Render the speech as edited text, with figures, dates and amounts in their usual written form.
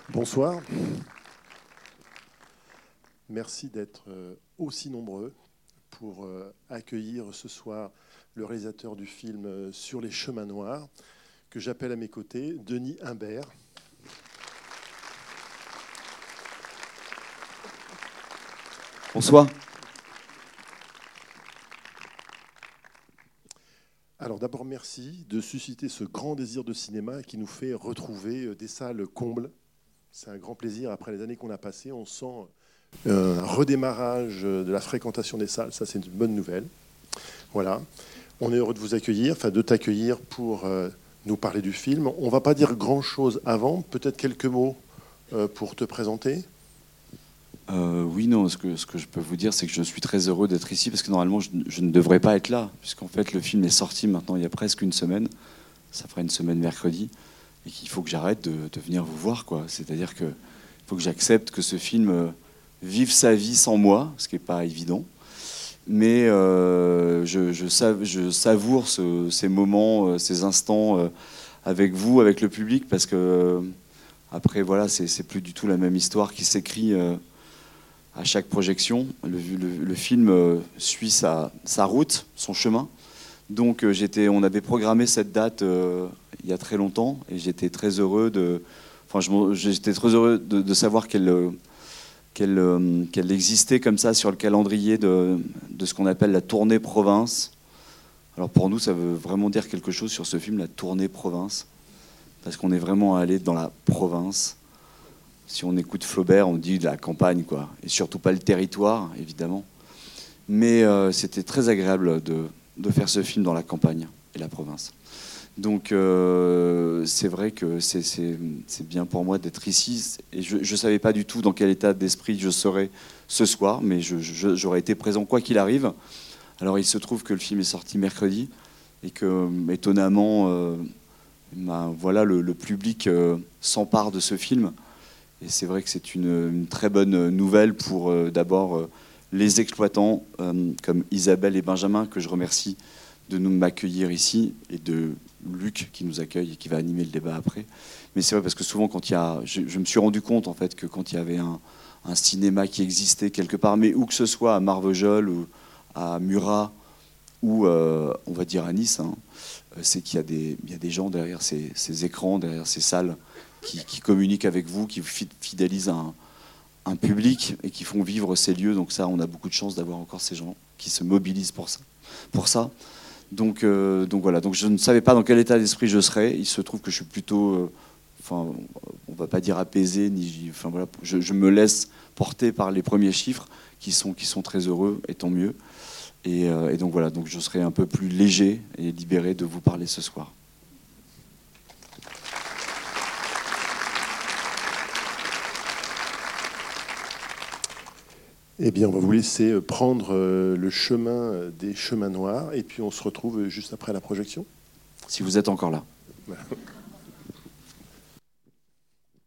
Bonsoir. Merci d'être aussi nombreux pour accueillir ce soir le réalisateur du film Sur les chemins noirs, que j'appelle à mes côtés Denis Imbert. Bonsoir. Alors d'abord, merci de susciter ce grand désir de cinéma qui nous fait retrouver des salles combles. C'est un grand plaisir. Après les années qu'on a passées, on sent un redémarrage de la fréquentation des salles. Ça, c'est une bonne nouvelle. Voilà. On est heureux de vous accueillir, enfin de t'accueillir pour nous parler du film. On ne va pas dire grand-chose avant. Peut-être quelques mots pour te présenter. Oui, non, ce que je peux vous dire, c'est que je suis très heureux d'être ici, parce que normalement, je ne devrais pas être là, puisqu'en fait, le film est sorti maintenant il y a presque une semaine. Ça fera une semaine mercredi. Et qu'il faut que j'arrête de venir vous voir, quoi. C'est-à-dire qu'il faut que j'accepte que ce film vive sa vie sans moi, ce qui n'est pas évident. Mais je savoure ces moments, ces instants avec vous, avec le public, parce que après, voilà, c'est plus du tout la même histoire qui s'écrit à chaque projection. Le film suit sa route, son chemin. Donc on avait programmé cette date il y a très longtemps, et j'étais très heureux de savoir qu'elle existait comme ça sur le calendrier de ce qu'on appelle la tournée province. Alors pour nous, ça veut vraiment dire quelque chose sur ce film, la tournée province, parce qu'on est vraiment allé dans la province. Si on écoute Flaubert, on dit de la campagne, quoi, et surtout pas le territoire, évidemment. Mais c'était très agréable de faire ce film dans la campagne et la province. Donc c'est vrai que c'est bien pour moi d'être ici. Et je ne savais pas du tout dans quel état d'esprit je serais ce soir, mais j'aurais été présent quoi qu'il arrive. Alors il se trouve que le film est sorti mercredi et que, étonnamment, voilà, le public s'empare de ce film. Et c'est vrai que c'est une très bonne nouvelle pour d'abord les exploitants comme Isabelle et Benjamin, que je remercie de nous m'accueillir ici, et de Luc qui nous accueille et qui va animer le débat après. Mais c'est vrai, parce que souvent, je me suis rendu compte en fait que quand il y avait un cinéma qui existait quelque part, mais où que ce soit à Marvejols ou à Murat ou on va dire à Nice, c'est qu'il y a des gens derrière ces écrans, derrière ces salles qui communiquent avec vous, qui fidélisent un public et qui font vivre ces lieux. Donc ça, on a beaucoup de chance d'avoir encore ces gens qui se mobilisent pour ça. Donc voilà. Donc je ne savais pas dans quel état d'esprit je serais. Il se trouve que je suis plutôt, on va pas dire apaisé, voilà. Je me laisse porter par les premiers chiffres qui sont très heureux, et tant mieux. Et donc voilà. Donc je serai un peu plus léger et libéré de vous parler ce soir. Eh bien, on va vous laisser prendre le chemin des chemins noirs, et puis on se retrouve juste après la projection. Si vous êtes encore là. Voilà.